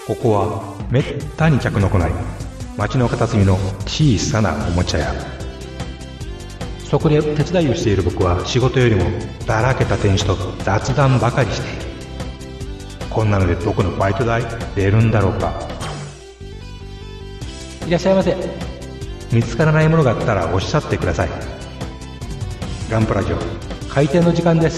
ここはめったに客の来ない町の片隅の小さなおもちゃ屋。そこで手伝いをしている僕は仕事よりもだらけた店主と雑談ばかりしている。こんなので僕のバイト代出るんだろうか。いらっしゃいませ。見つからないものがあったらおっしゃってください。ガンプラジオ開店の時間です。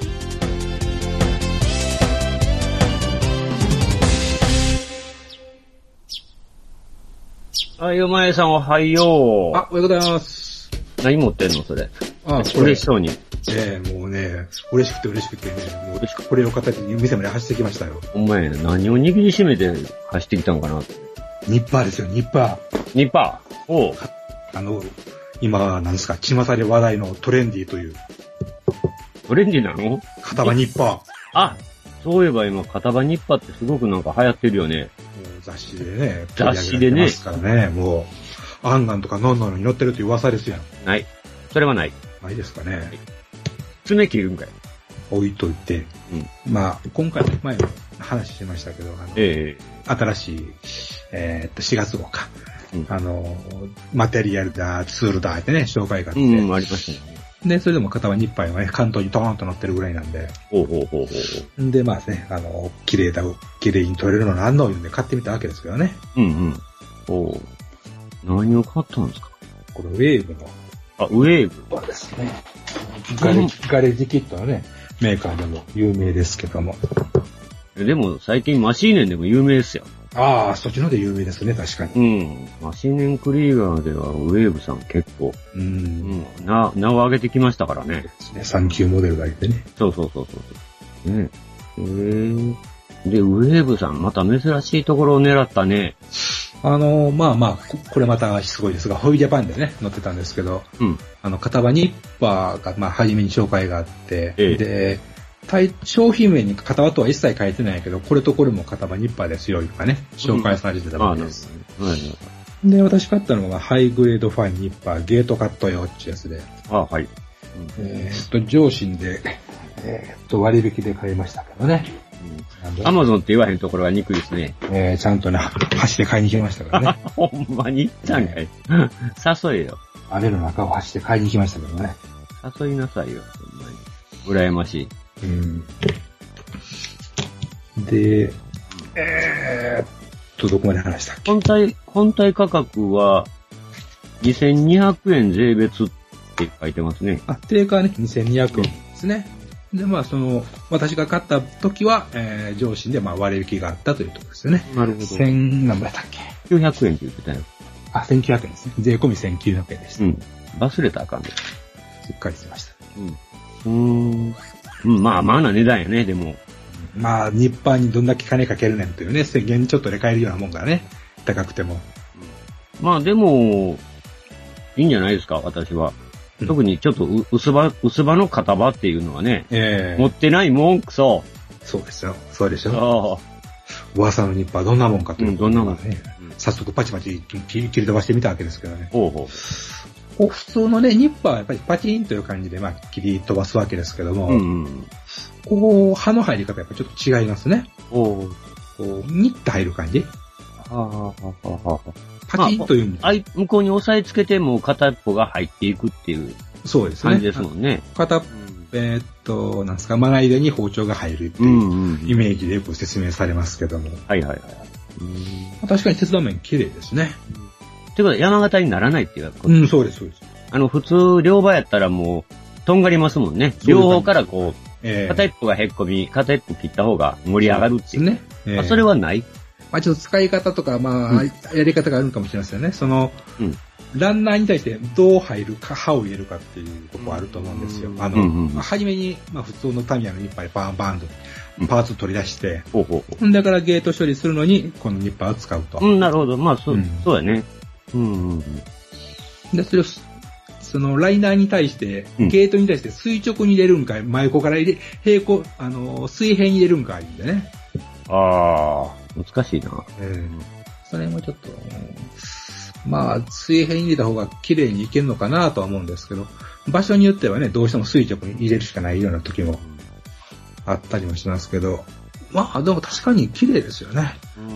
はい、お前さんおはよう。 あ、おはようございます。 何持ってんのそれ。 あ、これ。 嬉しそうに。 もうね、嬉しくてね、もうこれを形に店まで走ってきましたよ。 お前、何を握りしめて走ってきたのかな。 ニッパーですよ、ニッパー。ニッパー。おう。 今、なんですか、巷で話題のトレンディという。 トレンディなの？ 片場ニッパー。 あ、そういえば今、片場ニッパーってすごくなんか流行ってるよね。 雑誌でね。 雑誌でね。 ますからね、もう、アンガンとかノンノンに載ってるという噂ですやん。 ない。それはない。 ないですかね。はい、 爪切るんかい。 置いといて。うん。まあ、今回前話しましたけど、新しい、4月号か。うん、マテリアルだ、ツールだってね、紹介があって。 うん、ありましたね。 で、それでも片はニッパーがね、関東にドーンと乗ってるぐらいなんで。 ほう。 で、まあね、綺麗に撮れるのなんの言うんで買ってみたわけですけどね。 おう。何を買ったんですか？ これウェーブの。 あ、ウェーブそうですね。ガレージキットのね、メーカーでも有名ですけども。 でも最近マシーネンでも有名ですよ。 ああ、そっちので有名ですね、確かに。マシーネンクリーガーではウェーブさん結構、名を上げてきましたからね。 3級モデルがいてね。 そう。ねで、ウェーブさん、また珍しいところを狙ったね。 まあ、これまたすごいですが、ホイジャパンでね、載ってたんですけど、片場ニッパーが、まあ、初めに紹介があって、で、商品名に片場とは一切書いてないけど、これとこれも片場ニッパーですよ、とかね、紹介されてたわけです。で、私買ったのが、ハイグレードファインニッパー、ゲートカット用っていうやつで。 はい。 上新で、割引で買いましたけどね。 アマゾンって言わへんところが憎いですね。 ちゃんとね、走って買いに行きましたからね。 ほんまに行ったんかい。誘えよ。 雨の中を走って買いに行きましたけどね。 誘いなさいよ、ほんまに。羨ましい。 で、どこまで話したっけ？ 本体価格は、2200円税別って書いてますね。 あ、定価はね、2200円ですね。で、まあ、私が買った時は、上新で、まあ、割引があったというところですよね。 なるほど。 何倍だったっけ？ 900円って言ってたよ。 あ、1900円ですね。税込み1900円でした。 忘れたらあかんで。 しっかりしてました。 まあな値段やね、でも。 まあ、ニッパーにどんだけ金かけるねんというね、1000円ちょっとで買えるようなもんからね。高くても。 まあでも、いいんじゃないですか、私は。特にちょっと薄葉の片場っていうのはね、持ってないもんくそ。 そうですよ。そうでしょ。噂のニッパーどんなもんかというどんなもんね。 早速パチパチ切り飛ばしてみたわけですけどね。 普通のね、ニッパーはやっぱりパチンという感じで、まあ、切り飛ばすわけですけども、刃の入り方やっぱちょっと違いますね。ニッと入る感じ。パチンという、 向こうに押さえつけても片っぽが入っていくっていう感じですもんね。 なんですか、まな板に包丁が入るっていうイメージでよく説明されますけども。 はい。 確かに切断面綺麗ですね。 ってことは山形にならないっていうこと？ そうです。 普通、両刃やったらもう、とんがりますもんね。両方からこう、片一方がへっこみ、片一方切った方が盛り上がるっていう。ね。それはない？ まあちょっと使い方とか、まあ、やり方があるかもしれませんね。ランナーに対してどう入るか、刃を入れるかっていうところあると思うんですよ。初めに、まあ普通のタミヤのニッパーでバーンとパーツ取り出して、だからゲート処理するのに、このニッパーを使うと。 なるほど。まあそうだね。 で、そのライナーに対して、ゲートに対して垂直に入れるんかい、真横から入れ、水平に入れるんかいでね。 難しいな。 それもちょっと、まあ、水平に入れた方が綺麗にいけるのかなとは思うんですけど、場所によってはね、どうしても垂直に入れるしかないような時もあったりもしますけど、 まあ、でも確かに綺麗ですよね。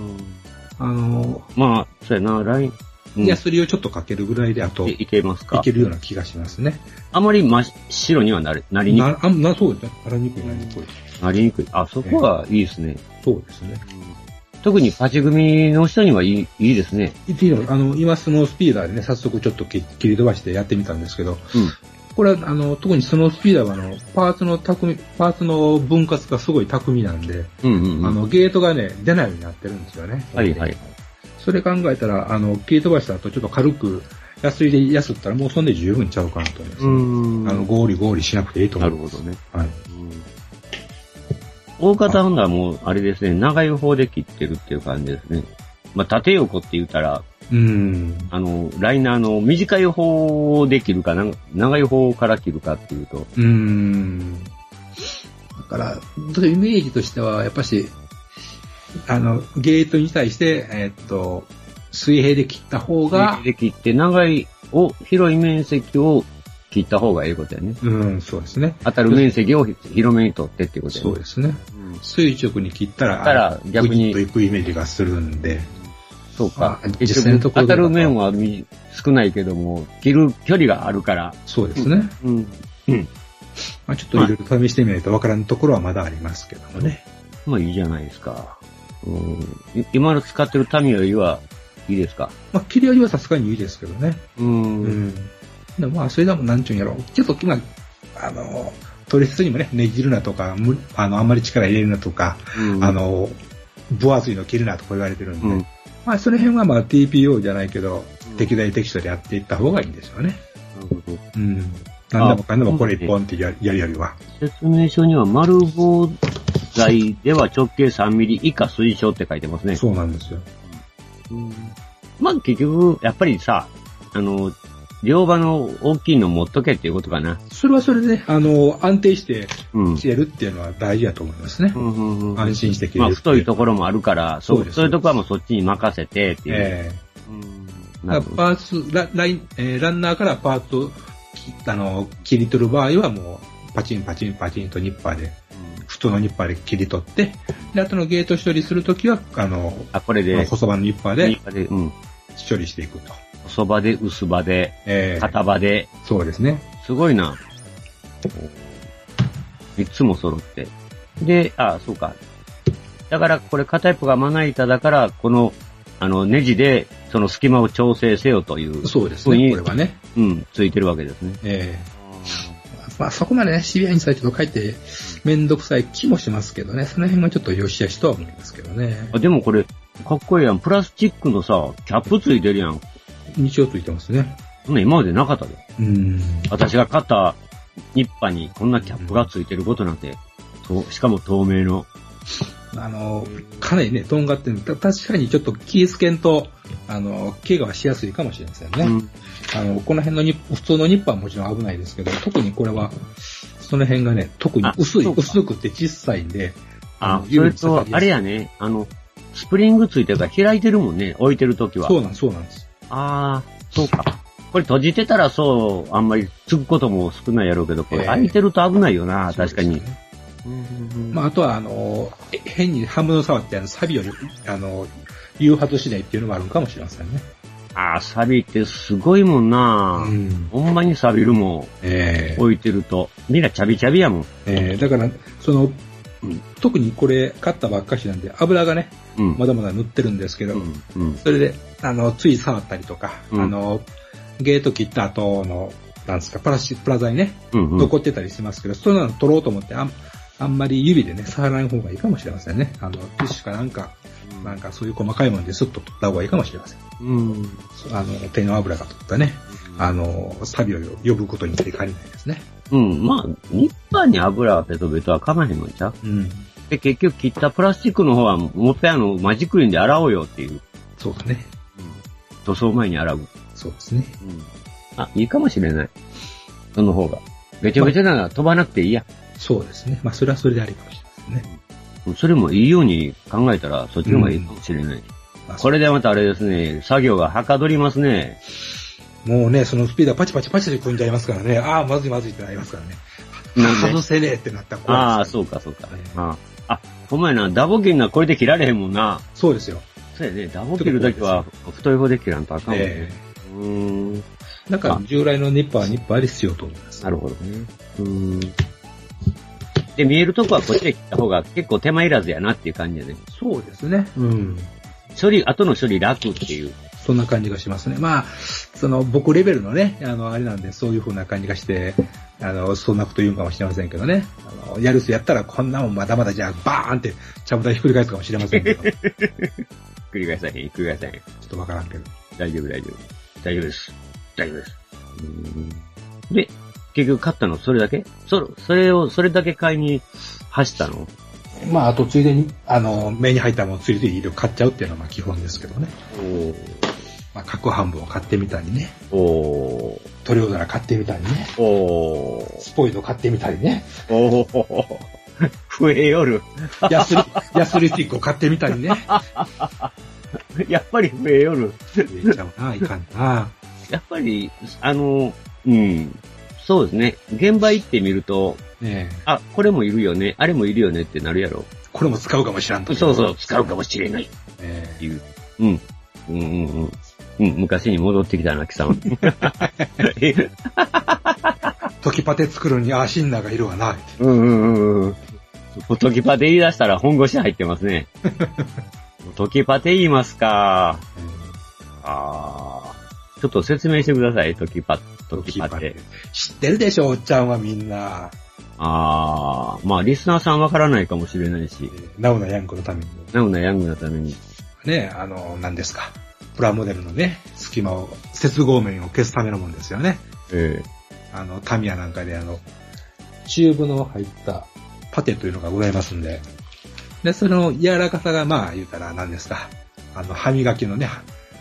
まあ、そうやな、ライン。 ヤスリをちょっとかけるぐらいで、あと、 いけますか？ いけるような気がしますね。 あまり真っ白にはなりにくい。 そうですね。なりにくい。 なりにくい。あ、そこはいいですね。 そうですね。 特にパチ組の人にはいいですね。 今スノースピーダーでね、早速ちょっと切り飛ばしてやってみたんですけど、これは、特にスノースピーダーは、パーツの分割がすごい巧みなんで、ゲートがね、出ないようになってるんですよね。 はいはい。 それ考えたら、切り飛ばした後、ちょっと軽く、ヤスリでヤスったら、もうそんで十分ちゃうかなと思いますね。ゴーリしなくていいと思います。 なるほどね。はい。大方ほんだらもう、あれですね、長い方で切ってるっていう感じですね。まあ、縦横って言ったら、ライナーの短い方で切るか、長い方から切るかっていうと。 だから、イメージとしては、やっぱし、ゲートに対して、水平で切った方が。 水平で切って、広い面積を切った方がいいことやね。 そうですね。 当たる面積を広めに取ってっていうことやね。 そうですね。垂直に切ったら、 逆に。 グイッといくイメージがするんで。 そうか。当たる面は少ないけども、切る距離があるから。 そうですね。まあちょっといろいろ試してみないとわからんところはまだありますけどもね。 まあいいじゃないですか。今の使ってるタミよりはいいですか？ まあ切りよりはさすがにいいですけどね。でもまあそれでもなんちゅうんやろ。ちょっと今、取説にもね、ねじるなとか、あんまり力入れるなとか、分厚いの切るなとか言われてるんで。まあその辺はまあ TPO じゃないけど、適材適所でやっていった方がいいんですよね。なるほど。何でもかんでもこれ一本ってやるよりは。 説明書には丸棒材では直径3ミリ以下推奨って書いてますね。 そうなんですよ。 まあ結局、やっぱりさ、両刃の大きいの持っとけっていうことかな。 それはそれでね、安定して切れるっていうのは大事だと思いますね。安心して切れる。 まあ太いところもあるから、そういうところはもうそっちに任せてっていう。 パーツ、ランナーからパーツを切り取る場合はもう、パチンパチンパチンとニッパーで、普通のニッパーで切り取って、で、あとのゲート処理するときは、 これで、 細刃のニッパーで、処理していくと。 細刃で、薄刃で、片刃で。 そうですね。 すごいな。いつも揃って。で、そうか。だから、これ片一方がまな板だから、この、ネジで、その隙間を調整せよという。 そうですね、これはね。 ついてるわけですね。 まあそこまでね、シビアにされて書いて、めんどくさい気もしますけどね。その辺はちょっと良し悪しとは思いますけどね。 でもこれ、かっこいいやん。プラスチックのさ、キャップついてるやん。 一応ついてますね。 今までなかったで。私が買ったニッパにこんなキャップがついてることなんて、しかも透明の。 かなりね、とんがってる。確かにちょっと気ぃつけんと、怪我はしやすいかもしれませんね。この辺の普通のニッパーはもちろん危ないですけど、特にこれは、その辺がね、特に薄くて小さいんで。 それと、あれやね、スプリングついてるから開いてるもんね、置いてるときは。 そうなんです。 そうか。これ閉じてたらあんまりつくことも少ないやろうけど、これ開いてると危ないよな、確かに。 まあ、あとは、変に刃物触ってサビを、誘発しないっていうのもあるかもしれませんね。 サビってすごいもんな、ほんまに錆びるもん。置いてると。みんなチャビチャビやもん。 だから、特にこれ買ったばっかしなんで、油がね、まだまだ塗ってるんですけど、それで、つい触ったりとか、ゲート切った後の、なんですか、プラ材ね、残ってたりしますけど、そういうの取ろうと思って、あんまり指でね、触らない方がいいかもしれませんね。ティッシュかなんかそういう細かいものでスッと取った方がいいかもしれません。手の油が取ったね、サビを呼ぶことになりかねないですね。 まあ、ニッパーに油はベトベトはかまへんのんちゃう？で、結局切ったプラスチックの方は、もっぺマジックリンで洗おうよっていう。 そうだね。 塗装前に洗う。 そうですね。 いいかもしれない。その方が。べちゃべちゃなら飛ばなくていいや。 そうですね。まあ、それはそれでありかもしれませんね。 それもいいように考えたら、そっちの方がいいかもしれない。これでまたあれですね、作業がはかどりますね。 もうね、そのスピードはパチパチパチで組んじゃいますからね。まずいまずいってなりますからね。外せねえってなったら怖いです、 そうか。 ほんまやな、ダボ切るのはこれで切られへんもんな。 そうですよ。 そうやね、ダボ切るだけは太い方で切らんとあかんもんね。 だから従来のニッパーはニッパーで必要と思います。 なるほどね。で、見えるとこはこっちで切った方が結構手間いらずやなっていう感じやね。 そうですね。 後の処理楽っていう。 そんな感じがしますね。まあ、僕レベルのね、あれなんで、そういう風な感じがして、そんなこと言うかもしれませんけどね。やる人やったらこんなもんまだまだじゃあ、バーンって、ちゃぶ台ひっくり返すかもしれませんけど。ひっくり返さへん。ちょっとわからんけど。 大丈夫です。で、結局買ったのそれだけそれだけ買いに走ったの？ まあ、あとついでに、目に入ったものついでに色々買っちゃうっていうのはまあ基本ですけどね。まあ、角半分を買ってみたりね。塗料皿買ってみたりね。スポイド買ってみたりね。 増えよる。 ヤスリスティックを買ってみたりね。 やっぱり増えよる。 増えちゃうな、いかんな。 やっぱり、そうですね。現場行ってみると、あ、これもいるよね、あれもいるよねってなるやろ。 これも使うかもしらんと。 そう、使うかもしれない。っていう。昔に戻ってきたな、貴様。 トキパテ作るにシンナーがいるわな。 トキパテ言い出したら本腰入ってますね。トキパテ言いますか。ちょっと説明してください、トキパテ。 知ってるでしょ、おっちゃんはみんな。 まあ、リスナーさんわからないかもしれないし。 ナウなヤングのために。ね、何ですか。プラモデルのね、隙間を、接合面を消すためのもんですよね。タミヤなんかでチューブの入ったパテというのがございますんで。で、その柔らかさがまあ言うたら何ですか。歯磨きのね、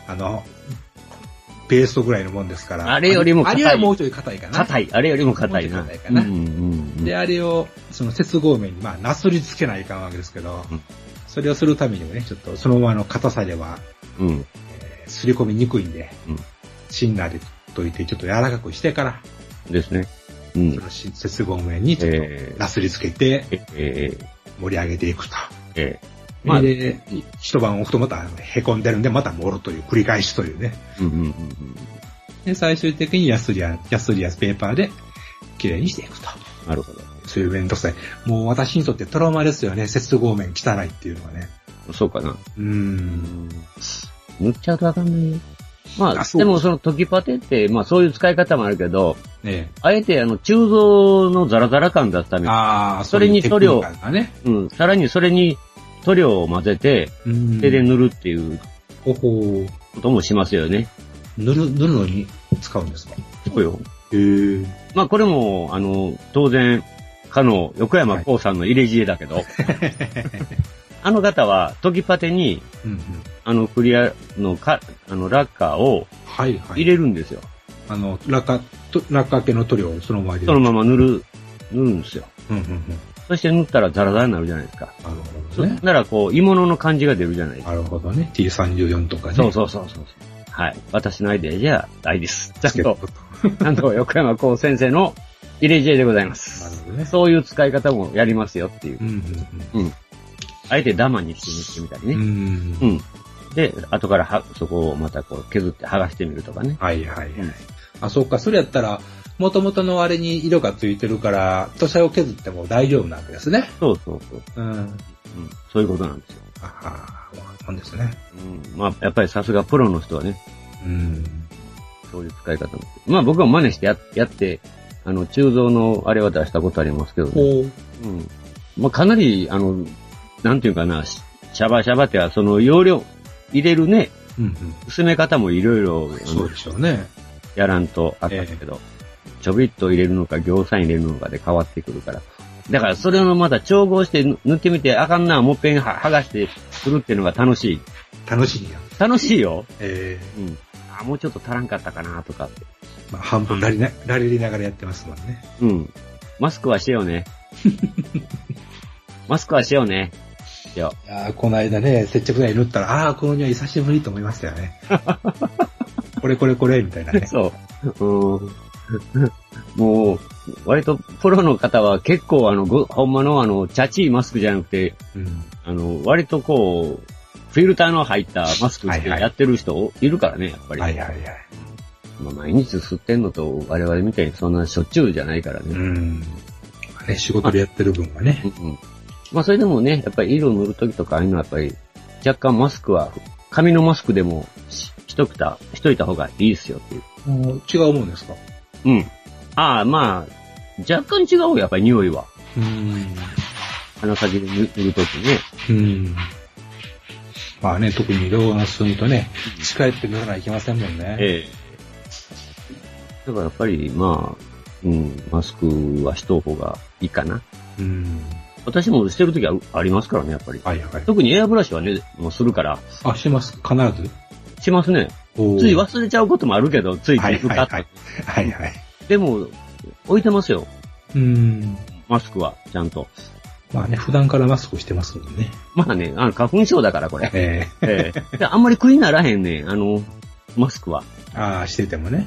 ペーストぐらいのもんですから。 あれよりも硬い。 あれはもうちょい硬いかな。 あれよりも硬いな。 で、あれを、その接合面に、まあ、なすりつけないかんわけですけど、それをするためにもね、ちょっとそのままの硬さでは、すり込みにくいんで、シンナーで溶いてちょっと柔らかくしてから、 ですね。 その接合面にちょっとなすりつけて、盛り上げていくと。まあ、で、一晩置くとまた凹んでるんで、また盛るという繰り返しというね。で、最終的にヤスリやペーパーで綺麗にしていくと。 なるほど。 そういう面倒くさい。もう私にとってトラウマですよね。接合面汚いっていうのはね。 そうかな。塗っちゃうとあかんね。まあ、でもそのトキパテって、まあそういう使い方もあるけど、あえて鋳造のザラザラ感出すために、それに塗料、さらにそれに塗料を混ぜて、手で塗るっていうこともしますよね。 塗るのに使うんですか？ そうよ。まあこれも、当然、横山光さんの入れ知恵だけど、あの方は、トキパテに、クリアのラッカーを入れるんですよ。 ラッカー系の塗料をそのまま入れる。 そのまま塗るんですよ。そして塗ったらザラザラになるじゃないですか。 なるほどね。 なら鋳物の感じが出るじゃないですか。 なるほどね。T34 とかね。 そう。はい。私のアイデアじゃないです。ちゃんと横山光先生の入れ知恵でございます。 なるほどね。 そういう使い方もやりますよっていう。あえてダマにしてみたりね。で、後からそこをまた削って剥がしてみるとかね。そうか。それやったら、元々のあれに色がついてるから、塗装を削っても大丈夫なわけですね。 そう。そういうことなんですよ。 なんですね。 まあ、やっぱりさすがプロの人はね。そういう使い方も。まあ僕は真似してやって、鋳造のあれは出したことありますけどね。まあかなり、なんていうかな、シャバってはその容量入れるね、薄め方もいろいろ、 そうでしょうね。 やらんとあったけど、ちょびっと入れるのか、行さん入れるのかで変わってくるから。だからそれをまた調合して塗ってみて、あかんな、もっぺん剥がしてするっていうのが楽しい。 楽しいや。 楽しいよ。もうちょっと足らんかったかなとかって。 まあ半分ラリりながらやってますもんね。 マスクはしてよね。マスクはしようね。 いやこの間ね、接着剤塗ったら、この匂い久しぶりと思いましたよね。これ、みたいなね。 そう。もう、 割とプロの方は結構ほんまのチャチいマスクじゃなくて、割とこう、フィルターの入ったマスクしてやってる人いるからね、やっぱり。はいはいはい。まあ、毎日吸ってんのと我々みたいにそんなしょっちゅうじゃないからね。 仕事でやってる分はね。 まあそれでもね、やっぱり色塗るときとかああいうのはやっぱり若干マスクは、紙のマスクでもしといた方がいいですよっていう。 違うもんですか？ まあ、若干違うよ、やっぱり匂いは。鼻先で塗るときね。 まあね、特に老眼進むとね、近寄って塗らないといけませんもんね。 だからやっぱり、まあ、マスクはしとう方がいいかな。私もしてるときはありますからね、やっぱり。特にエアブラシはね、もうするから。 します。必ずしますね。つい忘れちゃうこともあるけど、ついつい浮かって。でも、置いてますよ。マスクは、ちゃんと。 まあね、普段からマスクしてますもんね。 まあね、花粉症だから、これ。あんまり苦にならへんね、マスクは。 しててもね。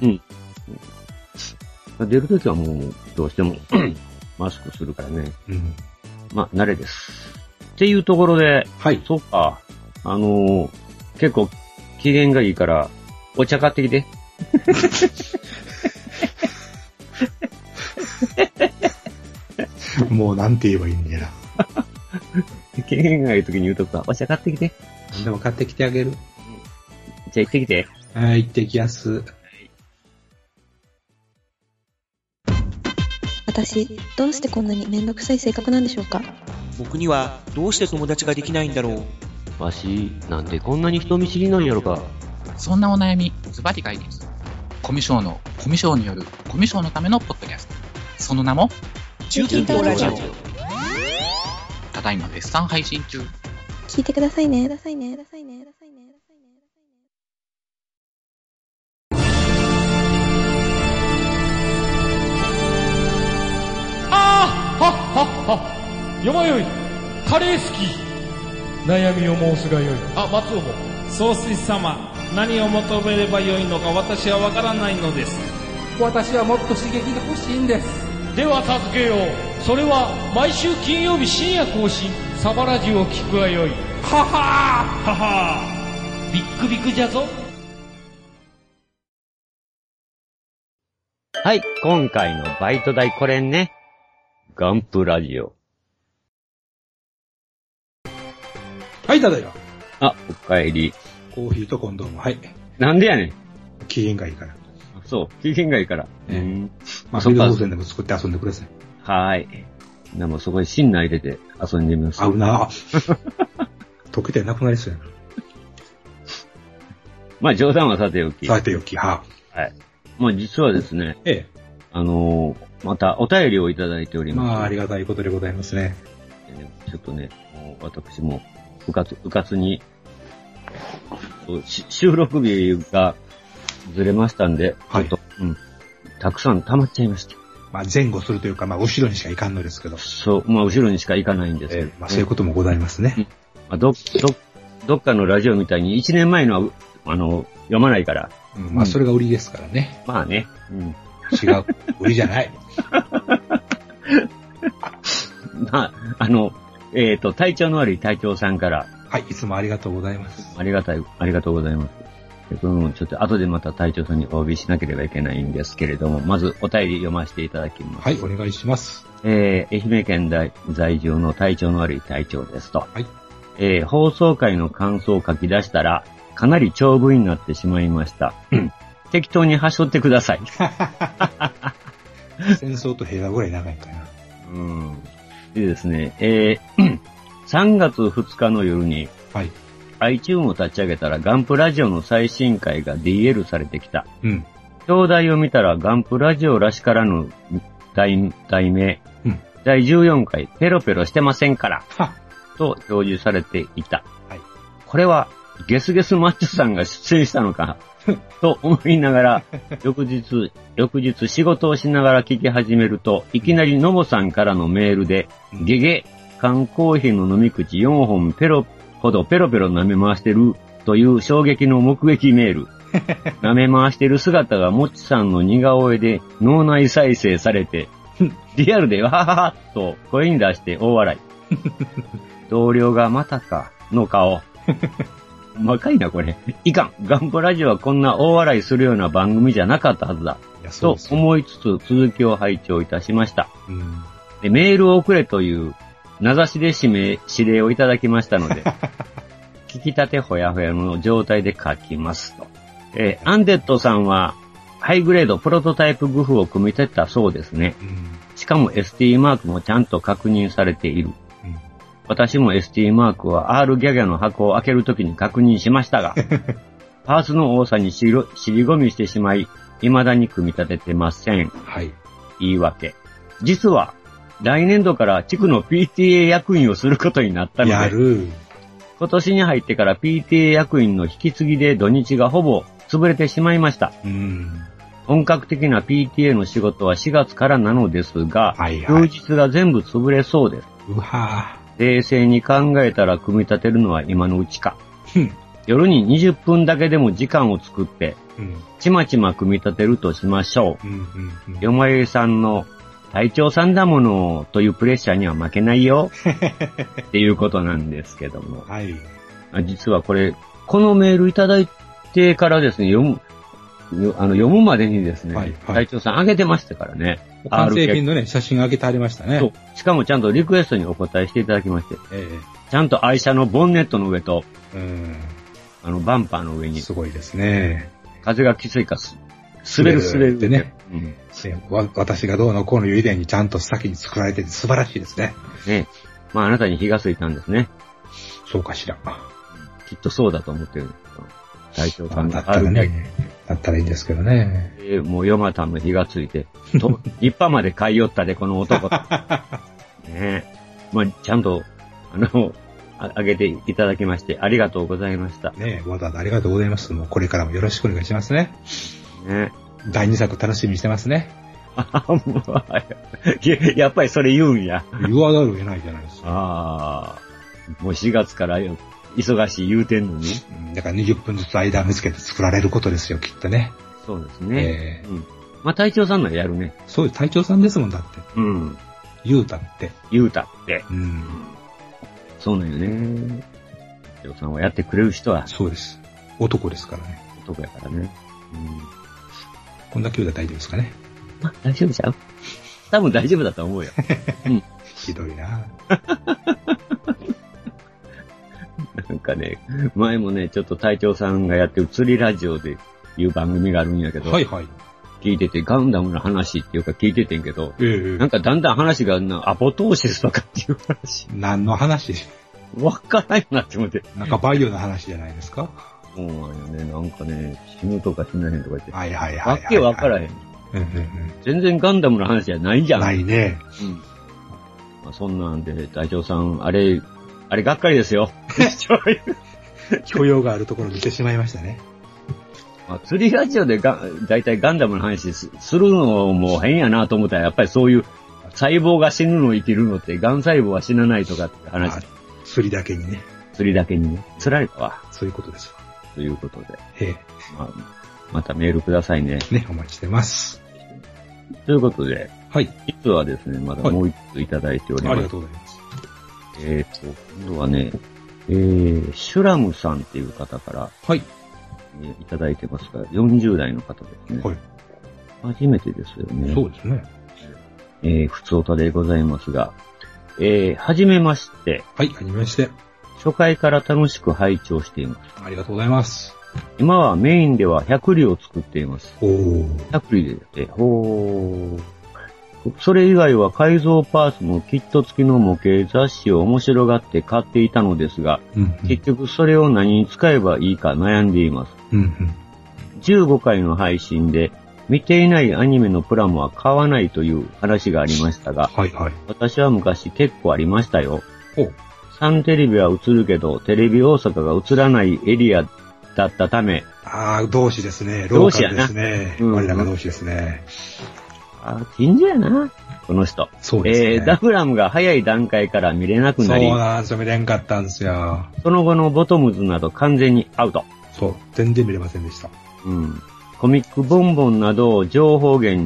出るときはもう、どうしても、マスクするからね。まあ、慣れです。っていうところで、そうか、結構、機嫌がいいから、お茶買ってきて。 もうなんて言えばいいんだよな。機嫌がいい時に言うとか、お茶買ってきて。 でも買ってきてあげる。 じゃあ行ってきて。 はい、行ってきやす。 私、どうしてこんなにめんどくさい性格なんでしょうか？ 僕にはどうして友達ができないんだろう。わし、なんでこんなに人見知りなんやろか。 そんなお悩み、ズバリ解決。コミュ障のコミュ障によるコミュ障のためのポッドキャスト。その名も、 中近東ラジオ。 ただいま絶賛配信中。 聞いてくださいね。 よまよい、カレー好き。悩みを申すがよい。松尾も。 総帥様、何を求めればよいのか私はわからないのです。 私はもっと刺激が欲しいんです。では助けよう。それは毎週金曜日深夜更新、サバラジュを聞くがよい。ははビックビックじゃぞ。 はい、今回のバイト代これね。ガンプラジオ。 はい、ただいま。 おかえり。 コーヒーとコンドーム、はい。 なんでやねん。 機嫌がいいから。 そう、機嫌がいいから。 まあ、フィルド線でも作って遊んでください。 はい。でもそこに芯内入れて遊んでみます。 合うな溶けてなくなりそうやな。 まあ、冗談はさておき。 さておき、はい。 まあ、実はですね。またお便りをいただいております。 まあ、ありがたいことでございますね。 ちょっとね、私も、うかつに、収録日がずれましたんで、ちょっと、たくさん溜まっちゃいました。 まあ、前後するというか、まあ、後ろにしか行かんのですけど。 そう、まあ、後ろにしか行かないんですけど。 まあ、そういうこともございますね。 まあ、どっかのラジオみたいに1年前のは、読まないから。 まあ、それが売りですからね。 まあね。 違う。売りじゃない。 まあ、体調の悪い隊長さんから。 はい、いつもありがとうございます。 ありがとうございます。ちょっと後でまた隊長さんにお詫びしなければいけないんですけれども、まずお便り読ませていただきます。 はい、お願いします。 愛媛県在住の体調の悪い隊長ですと。はい。放送回の感想を書き出したら、かなり長文になってしまいました。適当に端折ってください。 戦争と平和ぐらい長いかな。 でですね、3月2日の夜に、はい。iTunes を立ち上げたらガンプラジオの最新回が DL されてきた。表題を見たらガンプラジオらしからぬ題名、第14回ペロペロしてませんから、と表示されていた。はい。これはゲスゲスマッチョさんが出演したのか、と思いながら、翌日仕事をしながら聞き始めると、いきなりノボさんからのメールで、ゲゲ、缶コーヒーの飲み口4本ペロペロ舐め回してるという衝撃の目撃メール。舐め回してる姿がもっちさんの似顔絵で脳内再生されて、 リアルでわははっと声に出して大笑い。同僚がまたかの顔。若いな、これ。いかん。ガンプラジオはこんな大笑いするような番組じゃなかったはずだ。と思いつつ続きを拝聴いたしました。でメールを送れという名指しで指令をいただきましたので、聞きたてほやほやの状態で書きますと。アンデッドさんはハイグレードプロトタイプグフを組み立てたそうですね。しかも ST マークもちゃんと確認されている。私も ST マークは R ギャギャの箱を開けるときに確認しましたが、パーツの多さに尻込みしてしまい、未だに組み立ててません。 はい。 言い訳。実は、来年度から地区の PTA 役員をすることになったので、今年に入ってから PTA 役員の引き継ぎで土日がほぼ潰れてしまいました。本格的な PTA の仕事は4月からなのですが、休日が全部潰れそうです。冷静に考えたら組み立てるのは今のうちか。夜に20分だけでも時間を作って、ちまちま組み立てるとしましょう。よまゆさんの隊長さんだものというプレッシャーには負けないよっていうことなんですけども。実はこれ、このメールいただいてからですね、読むまでにですね、隊長さんあげてましたからね。 完成品のね、写真あげてありましたね。そう。 しかもちゃんとリクエストにお答えしていただきまして、ちゃんと愛車のボンネットの上と、バンパーの上に。 すごいですね。 風がきついか滑るってね。私がどうのこうのいう以前にちゃんと先に作られてて素晴らしいですね。 ね。まああなたに火がついたんですね。 そうかしら。 きっとそうだと思ってるんですけど。隊長さんだったらね。だったらいいんですけどね。 もうヨマタンの火がついて、立派まで買い寄ったで、この男。ね。まあちゃんと、あげていただきまして、ありがとうございました。 ねえ、わざわざありがとうございます。もうこれからもよろしくお願いしますね。 ね第2作楽しみにしてますね。 やっぱりそれ言うんや。 言わざるを得ないじゃないですか。 ああ。もう4月から忙しい言うてんのに。 だから20分ずつ間を見つけて作られることですよ、きっとね。 そうですね。まあ隊長さんのやるね。 そうです、隊長さんですもん、だって。言うたって。 そうなんよね。隊長さんはやってくれる人は。 そうです。男ですからね。 男やからね。 こんだけ言うたら大丈夫ですかね。 大丈夫ちゃう？多分大丈夫だと思うよ。 ひどいななんかね、前もね、ちょっと隊長さんがやってる釣りラジオでいう番組があるんやけど、聞いてて、ガンダムの話っていうか聞いててんけど、なんかだんだん話がアポトーシスとかっていう話。 何の話？ わからないなって思って。 なんかバイオの話じゃないですか？ そうなんよね。なんかね、死ぬとか死なへんとか言って。 わけわからへん。全然ガンダムの話じゃないじゃん。 ないね。 まあ、そんなんで、隊長さん、あれがっかりですよ。 許容があるところに見てしまいましたね。 まあ、釣りラジオでだいたいガンダムの話するのも変やなと思ったら、やっぱりそういう細胞が死ぬの生きるのって、ガン細胞は死なないとかって話。 釣りだけにね。 釣りだけにね。釣られたわ。 そういうことですわ。 ということで。またメールくださいね。 ね、お待ちしてます。 ということで。実はですね、まだもう一ついただいております。 ありがとうございます。 今度はね、シュラムさんっていう方から、いただいてますが、40代の方ですね。初めてですよね。 そうですね。普通歌でございますが、はじめまして。 はじめまして。 初回から楽しく拝聴しています。 ありがとうございます。 今はメインでは100里を作っています。 100 里で、それ以外は改造パーツのキット付きの模型雑誌を面白がって買っていたのですが、結局それを何に使えばいいか悩んでいます。15回の配信で見ていないアニメのプラモは買わないという話がありましたが、私は昔結構ありましたよ。サンテレビは映るけど、テレビ大阪が映らないエリアだったため。 同志ですね。ローカルですね。我らが同志ですね。 近所やな、この人。 そうですね。 ダフラムが早い段階から見れなくなり。 そうなんですよ、見れんかったんですよ。 その後のボトムズなど完全にアウト。 そう、全然見れませんでした。 コミックボンボンなどを情報源に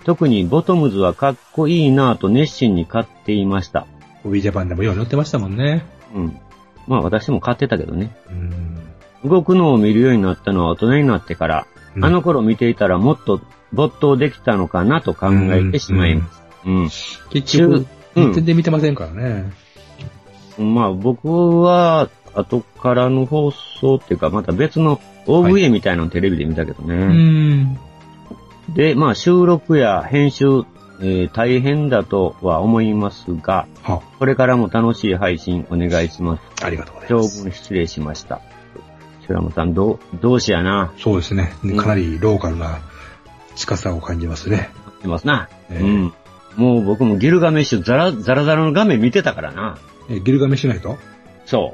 特にボトムズはかっこいいなぁと熱心に買っていました。 ホビージャパンでもよう乗ってましたもんね。 うん。まあ私も買ってたけどね。動くのを見るようになったのは大人になってから、あの頃見ていたらもっと没頭できたのかなと考えてしまいます。 結局、全然見てませんからね。 まあ僕は、後からの放送っていうか、また別の OVA みたいなのテレビで見たけどね。で、まあ収録や編集、大変だとは思いますが、これからも楽しい配信お願いします。 ありがとうございます。 長文失礼しました。白山さん、同志やな。 そうですね。かなりローカルな近さを感じますね。 感じますな。もう僕もギルガメッシュザラザラの画面見てたからな。 ギルガメッシュナイト？ そう。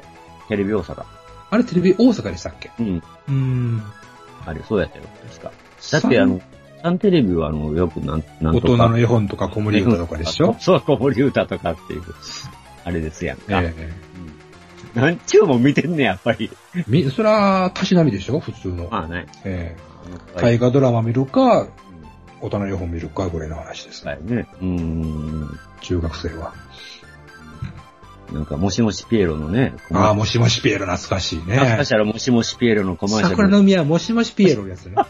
テレビ大阪。 あれテレビ大阪でしたっけ？ あれ、そうやったよ、確か。だってサンテレビはよくなんとか。 大人の絵本とか子守歌とかでしょ？ そう、子守歌とかっていう。あれですやんか。何ちゅうも見てんねやっぱり。 それは、たしなみでしょ普通の。 まあね。 大河ドラマ見るか、大人の絵本見るかぐらいの話ですね。 中学生は。 なんか、もしもしピエロのね。 もしもしピエロ懐かしいね。 懐かしいもしもしピエロのコマーシャル。 桜の宮もしもしピエロのやつね。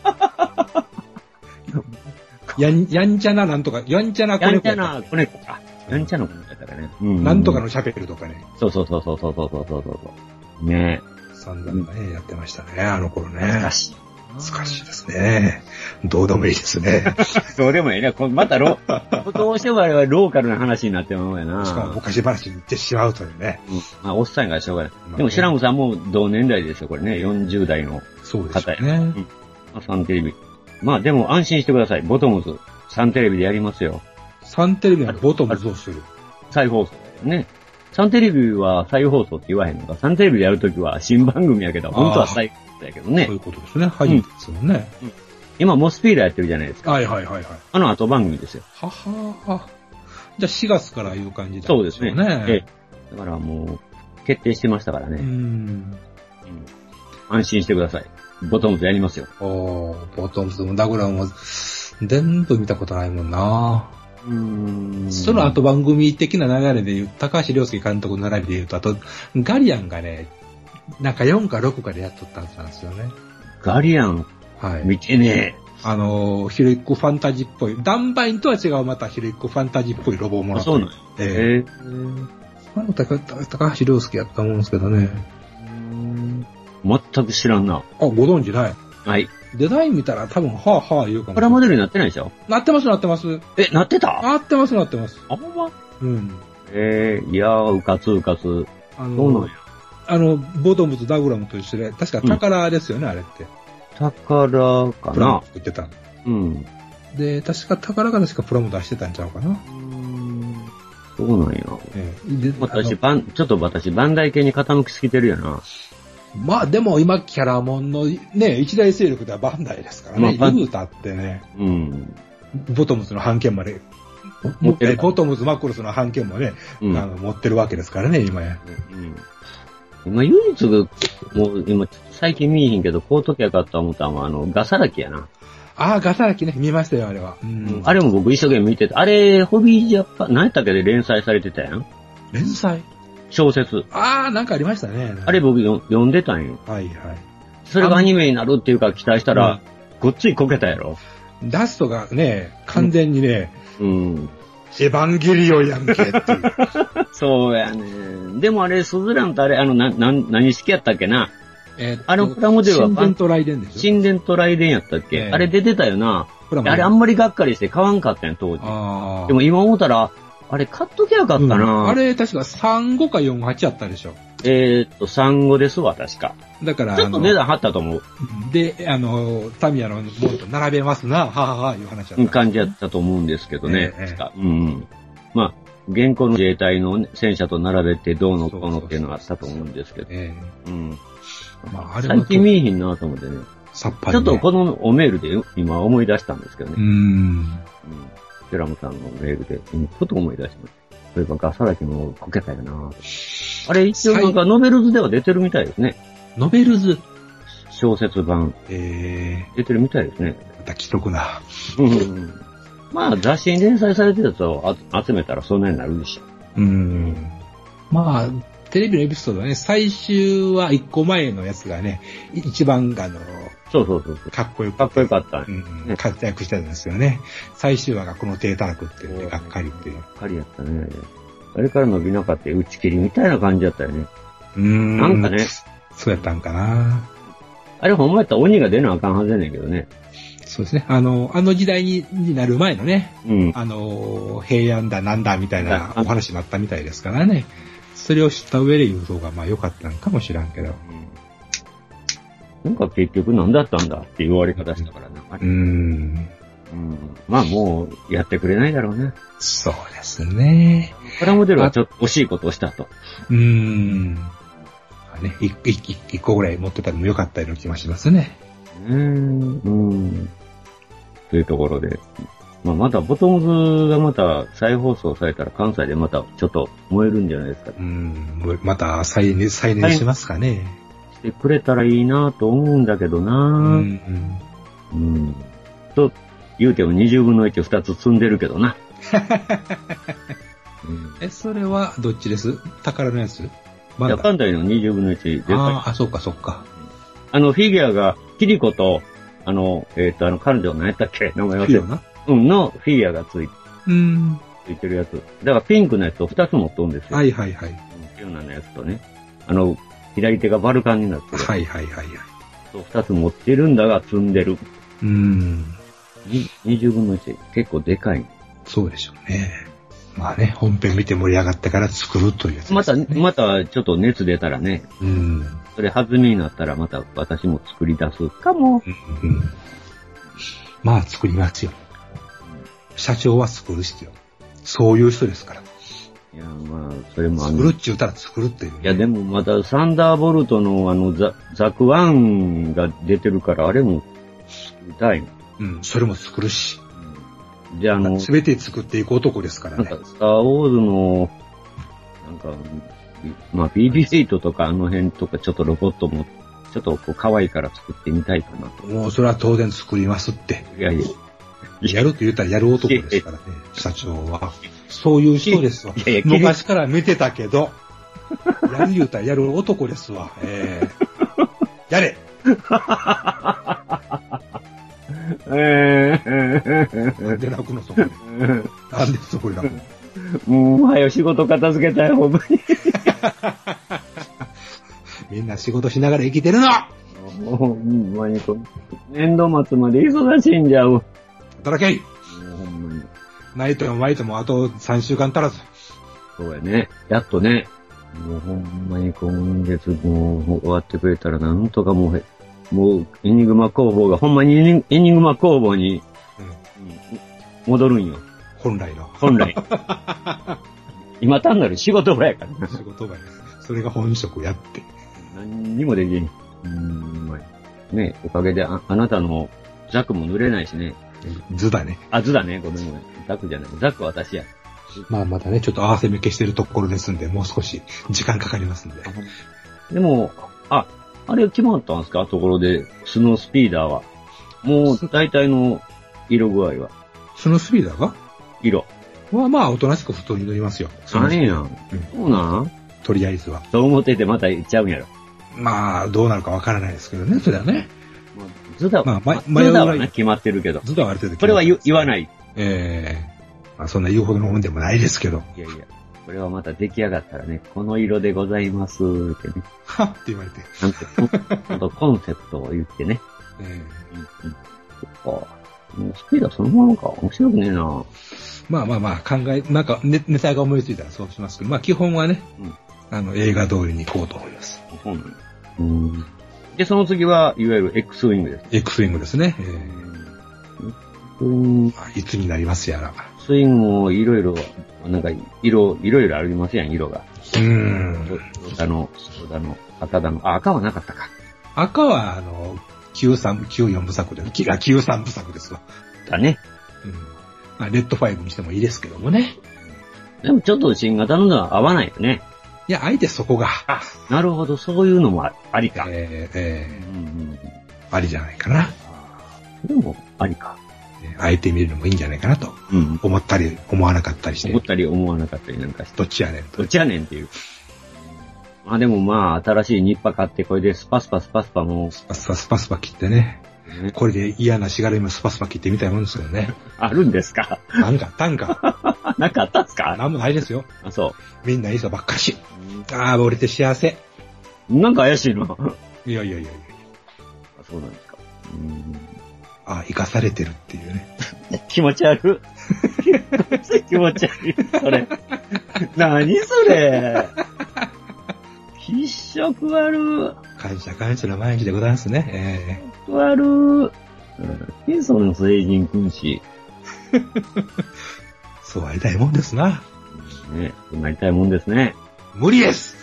やんちゃななんとか、やんちゃな子猫。 やんちゃな子猫か。やんちゃな子猫だからね。 なんとかのシャペルとかね。 そう。ねえ。散々ね、やってましたね、あの頃ね。 懐かしい。 懐かしいですね。どうでもいいですね。 どうでもいいね。またどうしてもあれはローカルな話になってまうやな。 しかも昔話に行ってしまうというね。 まあ、おっさんがしょうがない。でも、白野さんも同年代ですよ、これね。40代の方や。 そうですね。 サンテレビ。まあ、でも安心してください。ボトムズ。サンテレビでやりますよ。 サンテレビはボトムズをする。 再放送ですね。サンテレビは再放送って言わへんのか。サンテレビでやるときは新番組やけど、本当は再放送やけどね。 そういうことですね。初めてですもんね。 今、モスピーラやってるじゃないですか。 はい。 後番組ですよ。 じゃあ4月からいう感じだ、 そうですね。だからもう、決定してましたからね。安心してください。ボトムズやりますよ。 ボトムズもダグラムも、全部見たことないもんな。その後番組的な流れで言う、高橋良介監督の並びで言うと、あと、ガリアンがね、なんか4か6かでやっとったはずなんですよね。 ガリアン見てねえ。ヒロイックファンタジーっぽい。ダンバインとは違うまたヒロイックファンタジーっぽいロボもの。 そうなん高橋良介やったと思うんですけどね。 全く知らんな。 ご存知ない？ はい。 デザイン見たら多分、言うかも。 プラモデルになってないでしょ？ なってます。 なってた？ なってます。 あんまいやー、うかつ。そうなんや。 ボトムとダグラムと一緒で、確か宝ですよね、あれって。 宝かな？ 言ってた。で、確か宝が確かプラモ出してたんちゃうかな。 そうなんや。ちょっと私、バンダイ系に傾きすぎてるよな。 まあでも今キャラモンのね、一大勢力ではバンダイですからね。ユータってね、ボトムズの版権まで、ボトムズマクロスの版権もね、持ってるわけですからね、今や。 今唯一、もう今、最近見えへんけど、こうときやかった思ったのは、ガサラキやな。 ガサラキね、見ましたよ、あれは。 あれも僕一生懸命見てた。あれ、ホビージャパン、何やったっけで連載されてたやん。 連載？ 小説。 なんかありましたね。 あれ僕読んでたんよ。 はい。 それがアニメになるっていうか期待したら、ごっついこけたやろ。 ラストがね、完全にね、エヴァンゲリオンやんけっていう。 そうやね。でもあれ、スズランとあれ、何式やったっけな。プラモデルは神殿と雷電でしょ？ 神殿と雷電やったっけ？あれ出てたよな。あれあんまりがっかりして買わんかったんや、当時。でも今思ったら、あれ買っときゃよかったな。 あれ確か35か48やったでしょ。 35ですわ、確か。 だから、 ちょっと値段張ったと思う。 で、タミヤのものと並べますな、いう話だった。 感じやったと思うんですけどね。まあ、現行の自衛隊の戦車と並べてどうのこうのっていうのがあったと思うんですけど。最近見えひんなと思ってね。 さっぱり、 ちょっとこのおメールで今思い出したんですけどね。セラムさんのメールで、今ふと思い出しました。そういえばガサラキもこけたよな。あれ一応なんかノベルズでは出てるみたいですね。 ノベルズ小説版。出てるみたいですね。 また既得な。 まあ雑誌に連載されてるやつを集めたらそんなになるでしょ。 まあ、テレビのエピソードはね、最終は1個前のやつがね、一番そう。 かっこよかったね。活躍してたんですよね。最終話がこの手たらくっていうね、がっかりっていう。 がっかりやったね。あれから伸びなかった打ち切りみたいな感じだったよね。なんかね。 そうやったんかな。 あれほんまやったら鬼が出なあかんはずやねんけどね。 そうですね。あの時代になる前のね、平安だなんだみたいなお話になったみたいですからね。それを知った上で言う方がまあ良かったのかもしらんけど。 なんか結局何だったんだっていう終わり方したからな。まあもうやってくれないだろうね。 そうですね。 プラモデルはちょっと惜しいことをしたと。 ね、一個ぐらい持ってたらも良かったような気がしますね。 というところで。まあまたボトムズがまた再放送されたら関西でまたちょっと燃えるんじゃないですか。 また再燃しますかね。 してくれたらいいなと思うんだけどなと言うても20分の1、2つ積んでるけどな。 それはどっちです？宝のやつ？ バンダイの20分の1で。 そっかそっか。 フィギュアが、キリコと、彼女何やったっけ？名前忘れた。のフィギュアがついてるやつ。だからピンクのやつを2つ持っとんですよ。 はい。 ピューナのやつとね。左手がバルカンになってる。そう、2つ持ってるんだが積んでる。20分の1。結構でかい。 そうでしょうね。まあね、本編見て盛り上がってから作るというやつですね。 またちょっと熱出たらね。それ弾みになったらまた私も作り出すかも。 まあ作りますよ。社長は作る必要。そういう人ですから。いや、まあ、それも作るって言ったら作るっていう、ね。 いや、でもまたサンダーボルトのザクワンが出てるから、あれも作りたい。 それも作るし。 で、 すべて作っていく男ですからね。 なんか、スターウォーズの、なんか、まあ、BB-8 とかあの辺とかちょっとロボットも、ちょっとこう可愛いから作ってみたいかなと。 もうそれは当然作りますって。 いや。 やるって言ったらやる男ですからね、社長は。そういう人ですわ。昔から見てたけど、やる言うたらやる男ですわ。やれなんで泣くのそこで。なんでそこで泣くのもう、はよ仕事片付けたよ、ほんまに。 みんな仕事しながら生きてるのもう、ほんまに年度末まで忙しいんじゃう。 働けいほんまに。ないとも巻いてもあと3週間足らず。 そうやね。やっとね。もうほんまに今月もう終わってくれたらなんとかもうエニグマ工房がほんまにエニグマ工房に、戻るんよ。 本来。 今単なる仕事場やからな。 仕事場や。それが本職やって。 何にもできん。ね、おかげであなたのザクも濡れないしね。 図だね。 図だね。ごめん。ザクじゃない。ザクは私や。 まあまだね、ちょっと合わせ目消してるところですんで、もう少し時間かかりますんで。 でも、あれ決まったんですか？ところで、スノースピーダーは。もう、大体の色具合は。 スノースピーダーが？ 色。 まあ、おとなしく普通に塗りますよ。 何やん。そうなんとりあえずは。 そう思っててまた言っちゃうんやろ。 まあ、どうなるかわからないですけどね、それはね。 図だはね、決まってるけど。 図だはある程度これは言わない。 まあ、そんな言うほどのもんでもないですけど。 いや。これはまた出来上がったらね、この色でございますってね。 はっって言われて。 なんとコンセプトを言ってね。そっか。スピードそのものか。面白くねえな。 まあ、なんか、ネタが思いついたらそうしますけど、まあ基本はね、映画通りに行こうと思います。 で、その次は、いわゆる X ウィングです。 X ウィングですね。いつになりますやら。 スイングもいろいろ、なんか、いろいろありますやん、色が。赤の、赤はなかったか。 赤は、94部作で、93部作ですわ。 だね。 まあ、レッド5にしてもいいですけどもね。 でもちょっと新型のが合わないよね。 いや、あえてそこが。 なるほど、そういうのもありか。 ありじゃないかな。 でも、ありか。 あえてみるのもいいんじゃないかなと。思ったり、思わなかったりして。 思ったり、思わなかったりなんかして。 どっちやねん。 どっちやねんっていう。まあでもまあ、新しいニッパ買って、これでスパも。 スパスパ切ってね。これで嫌なしがらみもスパスパ切ってみたいもんですけどね。 あるんですか？ なんかあったんか。 なんかあったんすか？ なんもないですよ。 あ、そう。 みんないい人ばっかし。ああ、俺って幸せ。 なんか怪しいな。 いや。 あ、そうなんですか。 ああ、生かされてるっていうね。 気持ち悪い。気持ち悪い。それ。何それ。必色悪。 感謝の毎日でございますね。 悪。その成人君子。 そうありたいもんですな。 ね、そうなりたいもんですね。 無理です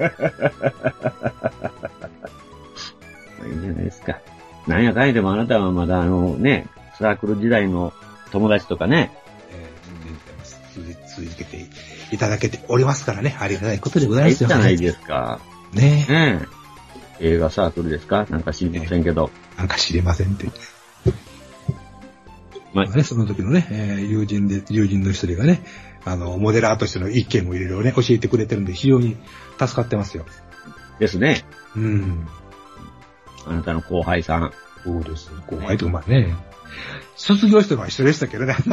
いいんじゃないですか。なんやかんやでもあなたはまだサークル時代の友達とかね。 続けていただけておりますからね。ありがたいことでございますよ。 いいじゃないですか。 ねえ。映画サークルですか？なんか知りませんけど。 なんか知りませんって。 まあね、その時のね、友人の一人がね、モデラーとしての意見もいろいろね、教えてくれてるんで、非常に助かってますよ。 ですね。 あなたの後輩さん。 そうです。後輩とかまあね、卒業したのは一緒でしたけどね。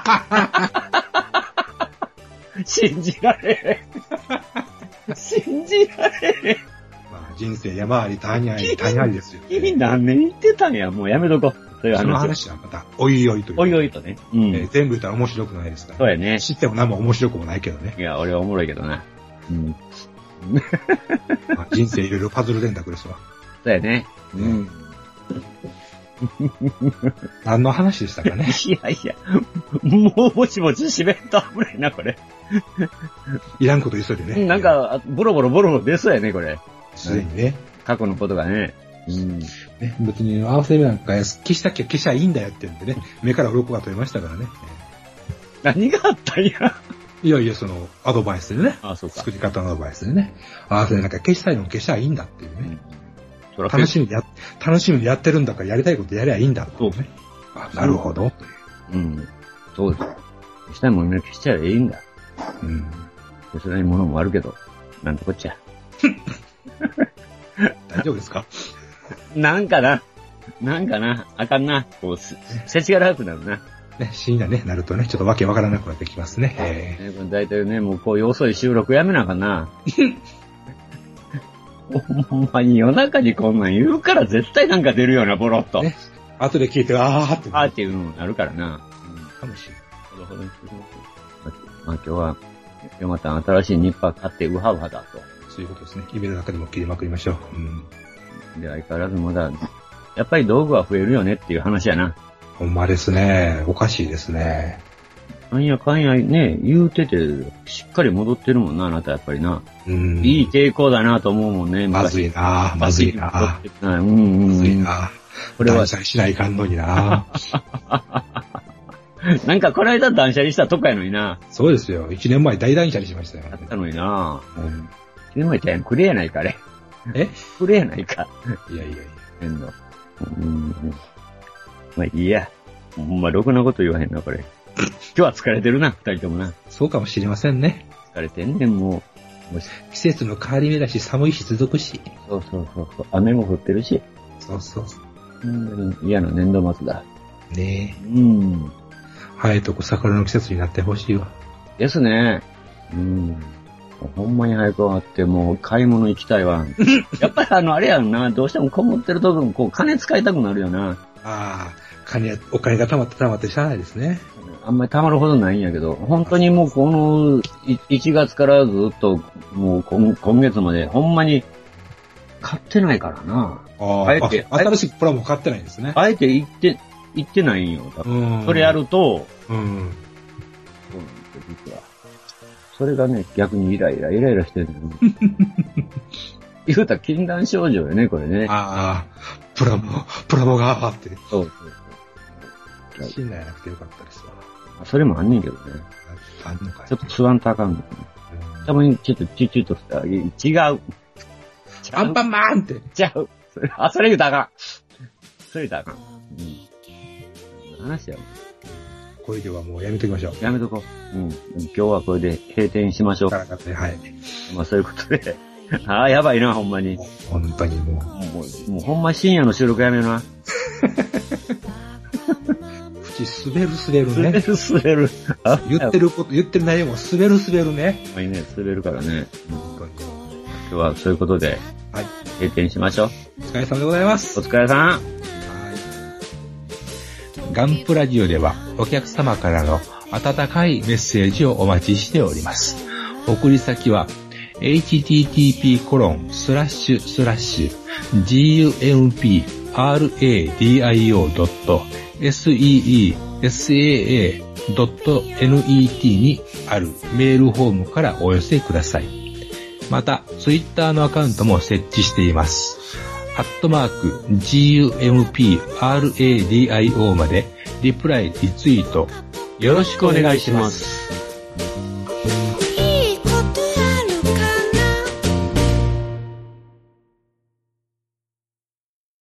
信じられん。信じられん。 まあ人生山あり谷ありですよ、ね。 君何年言ってたんや。もうやめとこう。 その話はまた、おいおいという。 おいおいとね。 全部言ったら面白くないですから、ね。 そうやね。 知っても何も面白くもないけどね。 いや、俺はおもろいけどな。 まあ、人生いろいろパズル電卓ですわ。 そうやね。 何の話でしたかね。 いや、もうぼちぼち締めんと危ないな、これ。 いらんこと急いでね。 なんか、ボロボロ出そうやね、これ。 すでにね。 過去のことがね。 ね、別に合わせ目なんか消したきゃ消しゃいいんだよって言うんでね、目から鱗が取れましたからね。 何があったんや。 いや、その、アドバイスでね。 そうか。 作り方のアドバイスでね。合わせ目なんか消したいのも消しゃいいんだっていうね。楽しみにやってるんだからやりたいことやりゃいいんだっていうね。なるほど。 そうです。消したいものね、消しちゃえばいいんだ。消せないものもあるけど、なんとこっちゃ。 大丈夫ですか？ なんかな、あかんな、こう、せちがらくなるな。 ね、深夜ね、なるとね、ちょっとわけわからなくなってきますね。 だいたいね、もうこういう遅い収録やめなあかんな。ほんまに夜中にこんなん言うから絶対なんか出るような、ボロッと。 ね。後で聞いて、あーって。 あーっていうのになるからな。 かもしれない。 ほどほどにする。まあ今日は、また新しいニッパー買ってウハウハだと。 そういうことですね。夢の中でも切りまくりましょう。 で、相変わらずまだ、やっぱり道具は増えるよねっていう話やな。 ほんまですね。おかしいですね。 なんやかんやね、言うてて、しっかり戻ってるもんな、あなたやっぱりな。いい抵抗だなと思うもんね。 まずいな。まずいな。これは。断捨離しないかんのにな。 なんかこの間断捨離したとこやのにな。 そうですよ。1年前大断捨離しましたよ。 やったのにな。1年前ちゃんくれやないか、あれ。くれやないか。 いや。 変な。まあいいや。ほんまろくなこと言わへんな、これ。今日は疲れてるな、二人ともな。 そうかもしれませんね。 疲れてんねん、もう。 季節の変わり目だし、寒いし続くし。 そう。雨も降ってるし。 そう。 嫌な年度末だ。 ねえ。早いとこ桜の季節になってほしいわ。 ですね。ほんまに早く終わって、もう買い物行きたいわ。やっぱりあれやんな、どうしてもこもってるとこもこう金使いたくなるよな。 お金が溜まってしゃあないですね。 あんまり溜まるほどないんやけど、本当にもうこの1月からずっともう今月までほんまに買ってないからな。 新しいプラモ買ってないんですね。 あえて行ってないんよ。それやると、そうなんですよ、実は。それがね、逆にイライラしてるの。言うたら禁断症状よね、これね。 プラモがって。 そう。 信頼なくてよかったですわ。 それもあんねんけどね。 あんのかい。 ちょっと吸わんとあかんの、ね。たまにちょっとチュッとしたら、違う。 アンパンマンって。 ちゃう。それ言うたらあかん。それ言うたらあかん。話やもん。 これではもうやめときましょう。 やめとこう。うん。今日はこれで閉店しましょう。 はい。 まあそういうことで。ああ、やばいな、ほんまに。 本当にもうほんま深夜の収録やめるな。 口滑るね。 滑る。 言ってる内容も滑るね。 はいね、滑るからね。本当に。今日はそういうことで。はい。閉店しましょう。 お疲れ様でございます。 お疲れさん。 ガンプラジオではお客様からの温かいメッセージをお待ちしております。送り先は http://gumpradio.seesaa.net にあるメールフォームからお寄せください。また、ツイッターのアカウントも設置しています。@gumpradio までリプライ、リツイートよろしくお願いします。